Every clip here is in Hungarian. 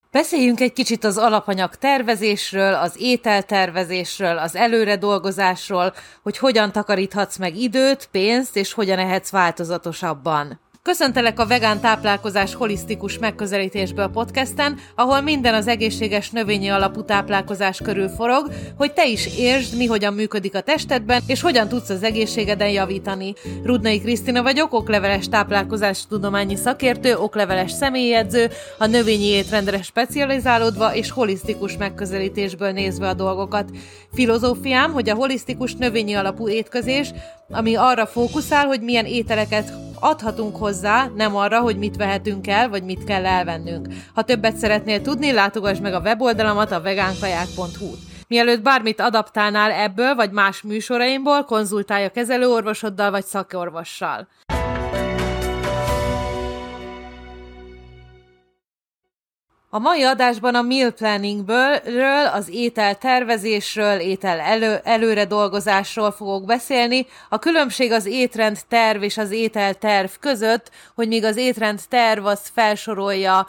Beszéljünk egy kicsit az alapanyag tervezésről, az ételtervezésről, az előre dolgozásról, hogy hogyan takaríthatsz meg időt, pénzt, és hogyan ehetsz változatosabban. Köszöntelek a vegán táplálkozás holisztikus megközelítésből podcasten, ahol minden az egészséges növényi alapú táplálkozás körül forog, hogy te is értsd, mi hogyan működik a testedben, és hogyan tudsz az egészségeden javítani. Rudnai Krisztina vagyok, okleveles táplálkozás tudományi szakértő, okleveles személyedző, a növényi étrendre specializálódva és holisztikus megközelítésből nézve a dolgokat. Filozófiám, hogy a holisztikus növényi alapú étkezés, ami arra fókuszál, hogy milyen ételeket adhatunk hozzá, nem arra, hogy mit vehetünk el, vagy mit kell elvennünk. Ha többet szeretnél tudni, látogass meg a weboldalamat, a vegánkaják.hu-t. Mielőtt bármit adaptálnál ebből, vagy más műsoraimból, konzultálj a kezelőorvosoddal, vagy szakorvossal. A mai adásban a meal planningből, az ételtervezésről, előre dolgozásról fogok beszélni. A különbség az étrendterv és az ételterv között, hogy míg az étrendterv az felsorolja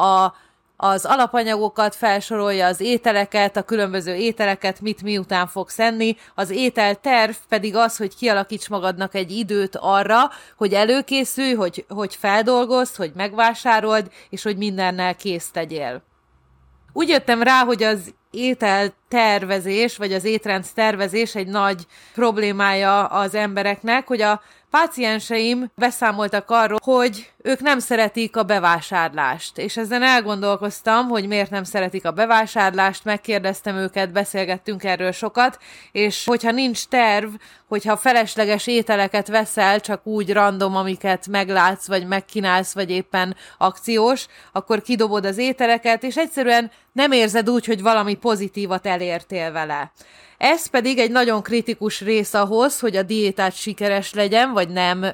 az alapanyagokat, felsorolja az ételeket, a különböző ételeket, mit miután fogsz enni. Az ételterv pedig az, hogy kialakíts magadnak egy időt arra, hogy előkészülj, hogy feldolgozd, hogy megvásárold, és hogy mindennel kész tegyél. Úgy jöttem rá, hogy az ételtervezés, vagy az étrendtervezés egy nagy problémája az embereknek, hogy a pácienseim beszámoltak arról, hogy ők nem szeretik a bevásárlást. És ezen elgondolkoztam, hogy miért nem szeretik a bevásárlást, megkérdeztem őket, beszélgettünk erről sokat, és hogyha nincs terv, hogyha felesleges ételeket veszel, csak úgy random, amiket meglátsz, vagy megkínálsz, vagy éppen akciós, akkor kidobod az ételeket, és egyszerűen nem érzed úgy, hogy valami pozitívat elértél vele. Ez pedig egy nagyon kritikus rész ahhoz, hogy a diétát sikeres legyen, vagy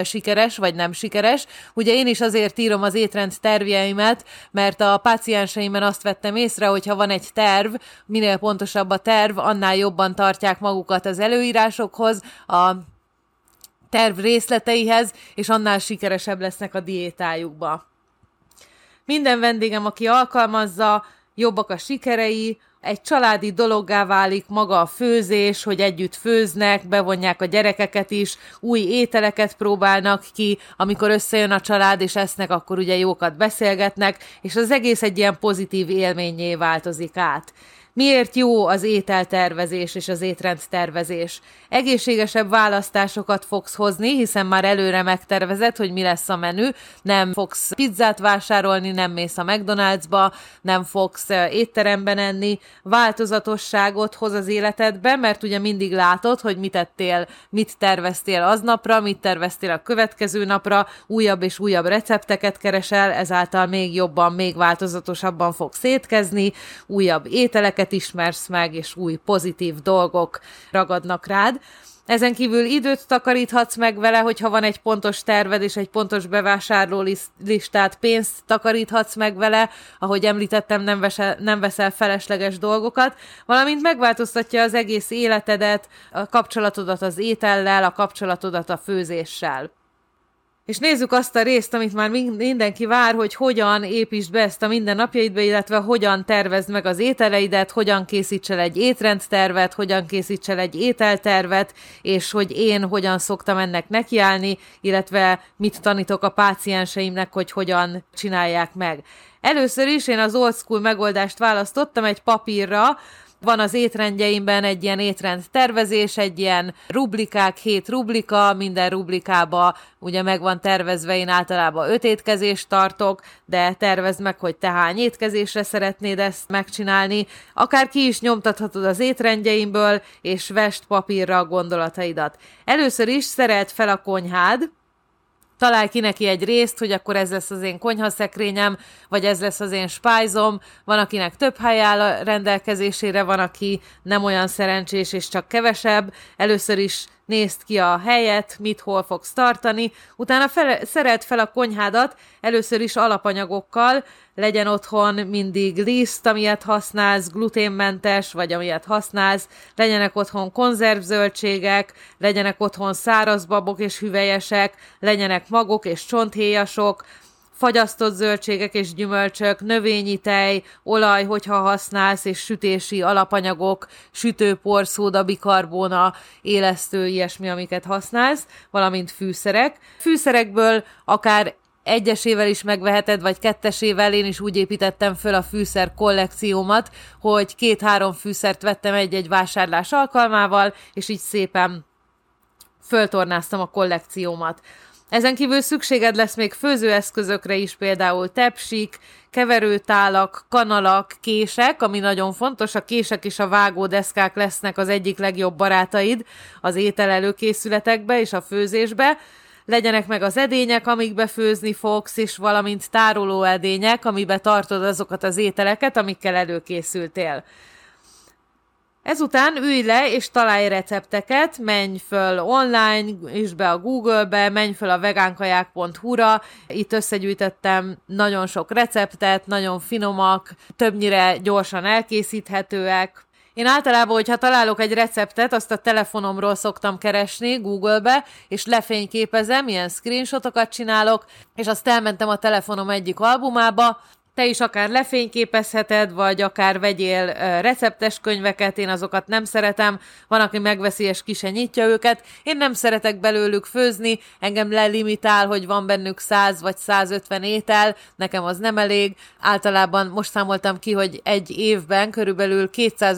nem sikeres. Ugye én is azért írom az étrend tervjeimet, mert a pácienseimen azt vettem észre, hogy ha van egy terv, minél pontosabb a terv, annál jobban tartják magukat az előírásokhoz, a terv részleteihez, és annál sikeresebb lesznek a diétájukba. Minden vendégem, aki alkalmazza, jobbak a sikerei, egy családi dologgá válik maga a főzés, hogy együtt főznek, bevonják a gyerekeket is, új ételeket próbálnak ki, amikor összejön a család és esznek, akkor ugye jókat beszélgetnek, és az egész egy ilyen pozitív élménnyé változik át. Miért jó az ételtervezés és az étrendtervezés? Egészségesebb választásokat fogsz hozni, hiszen már előre megtervezed, hogy mi lesz a menü, nem fogsz pizzát vásárolni, nem mész a McDonald'sba, nem fogsz étteremben enni, változatosságot hoz az életedbe, mert ugye mindig látod, hogy mit terveztél aznapra, mit terveztél a következő napra, újabb és újabb recepteket keresel, ezáltal még jobban, még változatosabban fogsz étkezni, újabb ételeket ismersz meg, és új pozitív dolgok ragadnak rád. Ezen kívül időt takaríthatsz meg vele, hogyha van egy pontos terved és egy pontos bevásárló listát, pénzt takaríthatsz meg vele, ahogy említettem, nem veszel felesleges dolgokat, valamint megváltoztatja az egész életedet, a kapcsolatodat az étellel, a kapcsolatodat a főzéssel. És nézzük azt a részt, amit már mindenki vár, hogy hogyan építsd be ezt a mindennapjaidba, illetve hogyan tervezd meg az ételeidet, hogyan készíts el egy étrendtervet, hogyan készíts el egy ételtervet, és hogy én hogyan szoktam ennek nekiállni, illetve mit tanítok a pácienseimnek, hogy hogyan csinálják meg. Először is én az old school megoldást választottam egy papírra. Van az étrendjeimben egy ilyen étrendtervezés, egy ilyen rublikák, 7 rublika, minden rublikába ugye meg van tervezve, én általában 5 étkezést tartok, de tervezd meg, hogy te hány étkezésre szeretnéd ezt megcsinálni. Akár ki is nyomtathatod az étrendjeimből, és vesd papírra a gondolataidat. Először is szereld fel a konyhád, találj ki neki egy részt, hogy akkor ez lesz az én konyhaszekrényem, vagy ez lesz az én spájzom. Van, akinek több hely áll a rendelkezésére, van, aki nem olyan szerencsés, és csak kevesebb. Először is nézd ki a helyet, mit hol fogsz tartani, utána szereld fel a konyhádat, először is alapanyagokkal, legyen otthon mindig liszt, amilyet használsz, gluténmentes, vagy amilyet használsz, legyenek otthon konzervzöldségek, legyenek otthon száraz babok és hüvelyesek, legyenek magok és csonthéjasok, fagyasztott zöldségek és gyümölcsök, növényi tej, olaj, hogyha használsz, és sütési alapanyagok, sütőpor, szóda, bikarbóna, élesztő, ilyesmi, amiket használsz, valamint fűszerek. Fűszerekből akár egyesével is megveheted, vagy kettesével. Én is úgy építettem föl a fűszer kollekciómat, hogy 2-3 fűszert vettem egy-egy vásárlás alkalmával, és így szépen föltornáztam a kollekciómat. Ezen kívül szükséged lesz még főzőeszközökre is, például tepsik, keverőtálak, kanalak, kések, ami nagyon fontos, a kések és a vágódeszkák lesznek az egyik legjobb barátaid az étel előkészületekbe és a főzésbe. Legyenek meg az edények, amikbe főzni fogsz, és valamint tároló edények, amibe tartod azokat az ételeket, amikkel előkészültél. Ezután ülj le és találj recepteket, menj föl online, és be a Google-be, menj föl a vegánkaják.hu-ra, itt összegyűjtöttem nagyon sok receptet, nagyon finomak, többnyire gyorsan elkészíthetőek. Én általában, hogyha találok egy receptet, azt a telefonomról szoktam keresni Google-be, és lefényképezem, ilyen screenshotokat csinálok, és azt elmentem a telefonom egyik albumába. Te is akár lefényképezheted, vagy akár vegyél receptes könyveket, én azokat nem szeretem, van, aki megveszi és ki se nyitja őket, én nem szeretek belőlük főzni, engem lelimitál, hogy van bennük 100 vagy 150 étel, nekem az nem elég, általában most számoltam ki, hogy egy évben körülbelül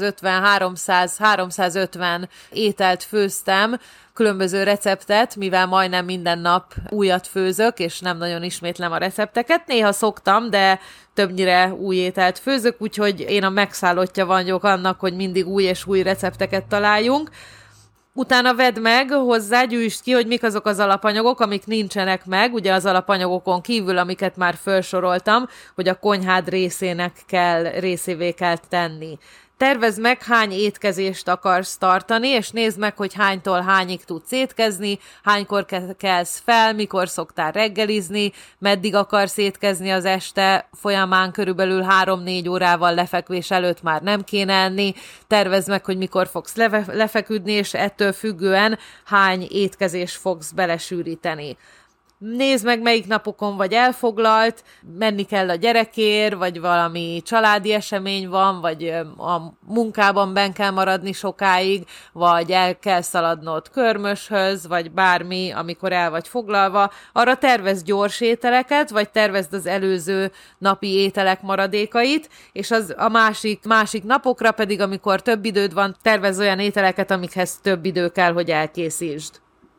250-300-350 ételt főztem, különböző receptet, mivel majdnem minden nap újat főzök, és nem nagyon ismétlem a recepteket. Néha szoktam, de többnyire új ételt főzök, úgyhogy én a megszállottja vagyok annak, hogy mindig új és új recepteket találjunk. Utána vedd meg hozzá, gyűjtsd ki, hogy mik azok az alapanyagok, amik nincsenek meg, ugye az alapanyagokon kívül, amiket már felsoroltam, hogy a konyhád részévé kell tenni. Tervezd meg, hány étkezést akarsz tartani, és nézd meg, hogy hánytól hányig tudsz étkezni, hánykor kelsz fel, mikor szoktál reggelizni, meddig akarsz étkezni az este folyamán, körülbelül 3-4 órával lefekvés előtt már nem kéne enni, tervezd meg, hogy mikor fogsz lefeküdni, és ettől függően hány étkezést fogsz belesűríteni. Nézd meg, melyik napokon vagy elfoglalt, menni kell a gyerekért, vagy valami családi esemény van, vagy a munkában benn kell maradni sokáig, vagy el kell szaladnod körmöshöz, vagy bármi, amikor el vagy foglalva. Arra tervezd gyors ételeket, vagy tervezd az előző napi ételek maradékait, és az a másik napokra pedig, amikor több időd van, tervezz olyan ételeket, amikhez több idő kell, hogy elkészítsd.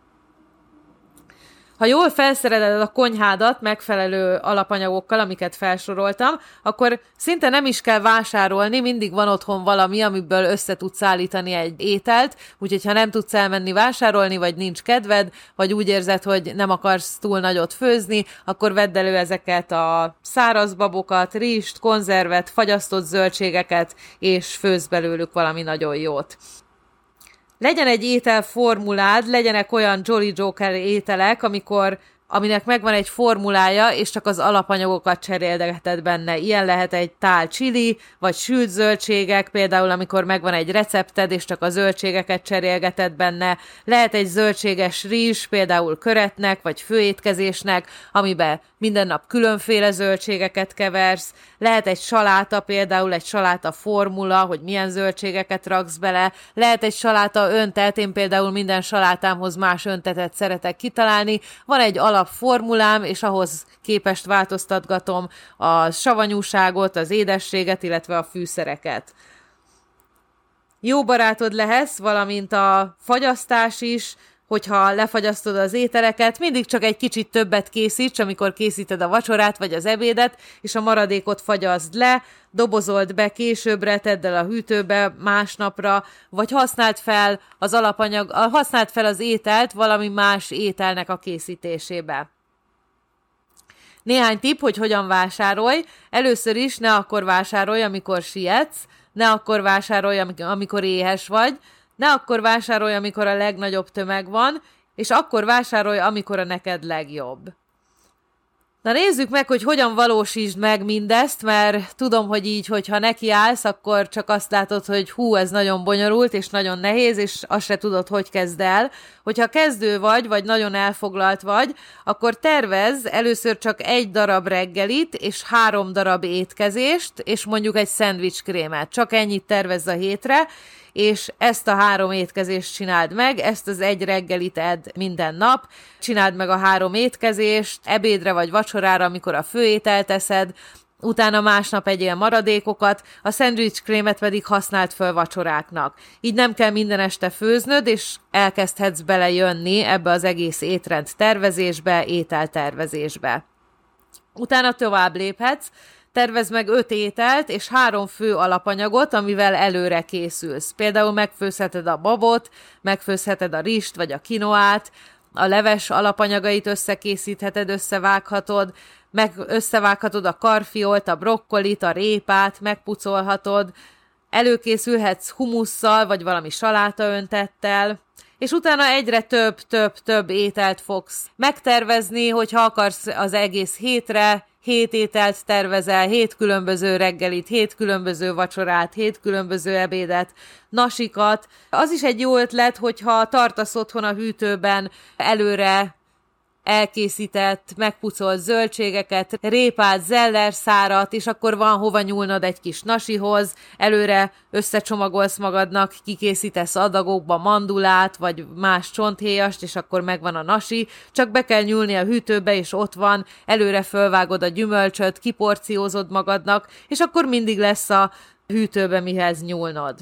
Ha jól felszereled a konyhádat megfelelő alapanyagokkal, amiket felsoroltam, akkor szinte nem is kell vásárolni, mindig van otthon valami, amiből össze tudsz állítani egy ételt, úgyhogy ha nem tudsz elmenni vásárolni, vagy nincs kedved, vagy úgy érzed, hogy nem akarsz túl nagyot főzni, akkor vedd elő ezeket a szárazbabokat, rizst, konzervet, fagyasztott zöldségeket, és főzz belőlük valami nagyon jót. Legyen egy ételformulád, legyenek olyan Jolly Joker ételek, aminek megvan egy formulája, és csak az alapanyagokat cserélgeted benne. Ilyen lehet egy tál chili, vagy sült zöldségek, például amikor megvan egy recepted, és csak a zöldségeket cserélgeted benne. Lehet egy zöldséges rizs, például köretnek, vagy főétkezésnek, amiben minden nap különféle zöldségeket keversz. Lehet egy saláta, például egy saláta formula, hogy milyen zöldségeket raksz bele. Lehet egy saláta öntet, én például minden salátámhoz más öntetet szeretek kitalálni. Van egy alapformulám, és ahhoz képest változtatgatom a savanyúságot, az édességet, illetve a fűszereket. Jó barátod lehetsz, valamint a fagyasztás is, hogyha lefagyasztod az ételeket, mindig csak egy kicsit többet készíts, amikor készíted a vacsorát vagy az ebédet, és a maradékot fagyaszd le, dobozold be későbbre, tedd el a hűtőbe másnapra, vagy használd fel az ételt valami más ételnek a készítésébe. Néhány tipp, hogy hogyan vásárolj. Először is ne akkor vásárolj, amikor sietsz, ne akkor vásárolj, amikor éhes vagy, ne akkor vásárolj, amikor a legnagyobb tömeg van, és akkor vásárolj, amikor a neked legjobb. Na nézzük meg, hogy hogyan valósítsd meg mindezt, mert tudom, hogy így, hogyha nekiállsz, akkor csak azt látod, hogy ez nagyon bonyolult és nagyon nehéz, és azt se tudod, hogy kezd el. Hogyha kezdő vagy nagyon elfoglalt vagy, akkor tervezz először csak 1 darab reggelit, és 3 darab étkezést, és mondjuk egy szendvicskrémet. Csak ennyit tervezz a hétre, és ezt a 3 étkezést csináld meg, ezt az 1 reggelit edd minden nap, csináld meg a 3 étkezést, ebédre vagy vacsorára, amikor a főételt eszed, utána másnap egyél maradékokat, a szendvicskrémet pedig használd föl vacsoráknak. Így nem kell minden este főznöd, és elkezdhetsz belejönni ebbe az egész étrend tervezésbe, ételtervezésbe. Utána tovább léphetsz, tervezd meg 5 ételt és 3 fő alapanyagot, amivel előre készülsz. Például megfőzheted a babot, megfőzheted a rizst vagy a kinoát, a leves alapanyagait összekészítheted, összevághatod, összevághatod a karfiolt, a brokkolit, a répát, megpucolhatod, előkészülhetsz humusszal, vagy valami salátaöntettel, és utána egyre több ételt fogsz megtervezni, hogyha akarsz az egész hétre, 7 ételt tervezel, 7 különböző reggelit, 7 különböző vacsorát, 7 különböző ebédet, nasikat. Az is egy jó ötlet, hogyha tartasz otthon a hűtőben előre elkészített, megpucolt zöldségeket, répát, zellerszárat, és akkor van hova nyúlnod egy kis nasihoz, előre összecsomagolsz magadnak, kikészítesz adagokba mandulát, vagy más csonthéjast, és akkor megvan a nasi, csak be kell nyúlni a hűtőbe, és ott van, előre fölvágod a gyümölcsöt, kiporciózod magadnak, és akkor mindig lesz a hűtőbe mihez nyúlnod.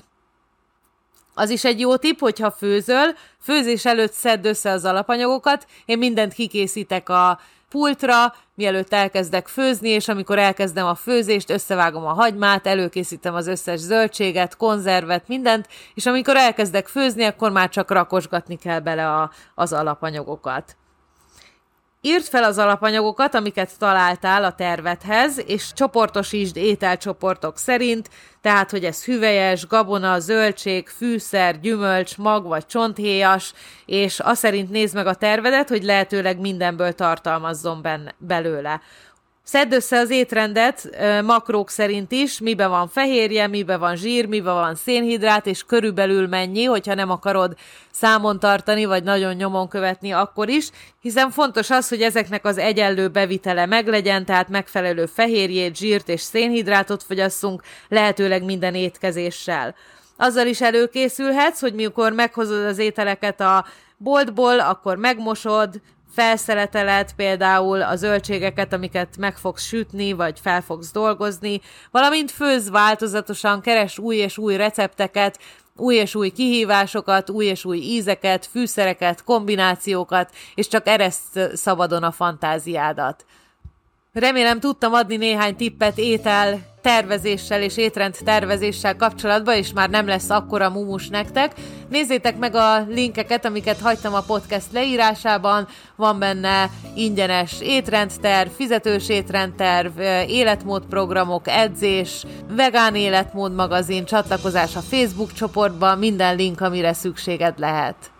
Az is egy jó tipp, hogyha főzöl, főzés előtt szedd össze az alapanyagokat, én mindent kikészítek a pultra, mielőtt elkezdek főzni, és amikor elkezdem a főzést, összevágom a hagymát, előkészítem az összes zöldséget, konzervet, mindent, és amikor elkezdek főzni, akkor már csak rakosgatni kell bele az alapanyagokat. Írd fel az alapanyagokat, amiket találtál a tervedhez, és csoportosítsd ételcsoportok szerint, tehát, hogy ez hüvelyes, gabona, zöldség, fűszer, gyümölcs, mag vagy csonthéjas, és azt szerint nézd meg a tervedet, hogy lehetőleg mindenből tartalmazzon belőle. Szedd össze az étrendet makrók szerint is, miben van fehérje, miben van zsír, miben van szénhidrát, és körülbelül mennyi, hogyha nem akarod számon tartani, vagy nagyon nyomon követni akkor is, hiszen fontos az, hogy ezeknek az egyenlő bevitele meglegyen, tehát megfelelő fehérjét, zsírt és szénhidrátot fogyasszunk, lehetőleg minden étkezéssel. Azzal is előkészülhetsz, hogy mikor meghozod az ételeket a boltból, akkor megmosod, felszeleteled például a zöldségeket, amiket meg fogsz sütni, vagy fel fogsz dolgozni, valamint főzz változatosan, keres új és új recepteket, új és új kihívásokat, új és új ízeket, fűszereket, kombinációkat, és csak ereszt szabadon a fantáziádat. Remélem tudtam adni néhány tippet étel tervezéssel és étrend tervezéssel kapcsolatban, és már nem lesz akkora mumus nektek. Nézzétek meg a linkeket, amiket hagytam a podcast leírásában, van benne ingyenes étrendterv, fizetős étrendterv, életmódprogramok, edzés, vegán életmód magazin, csatlakozás a Facebook csoportban, minden link, amire szükséged lehet.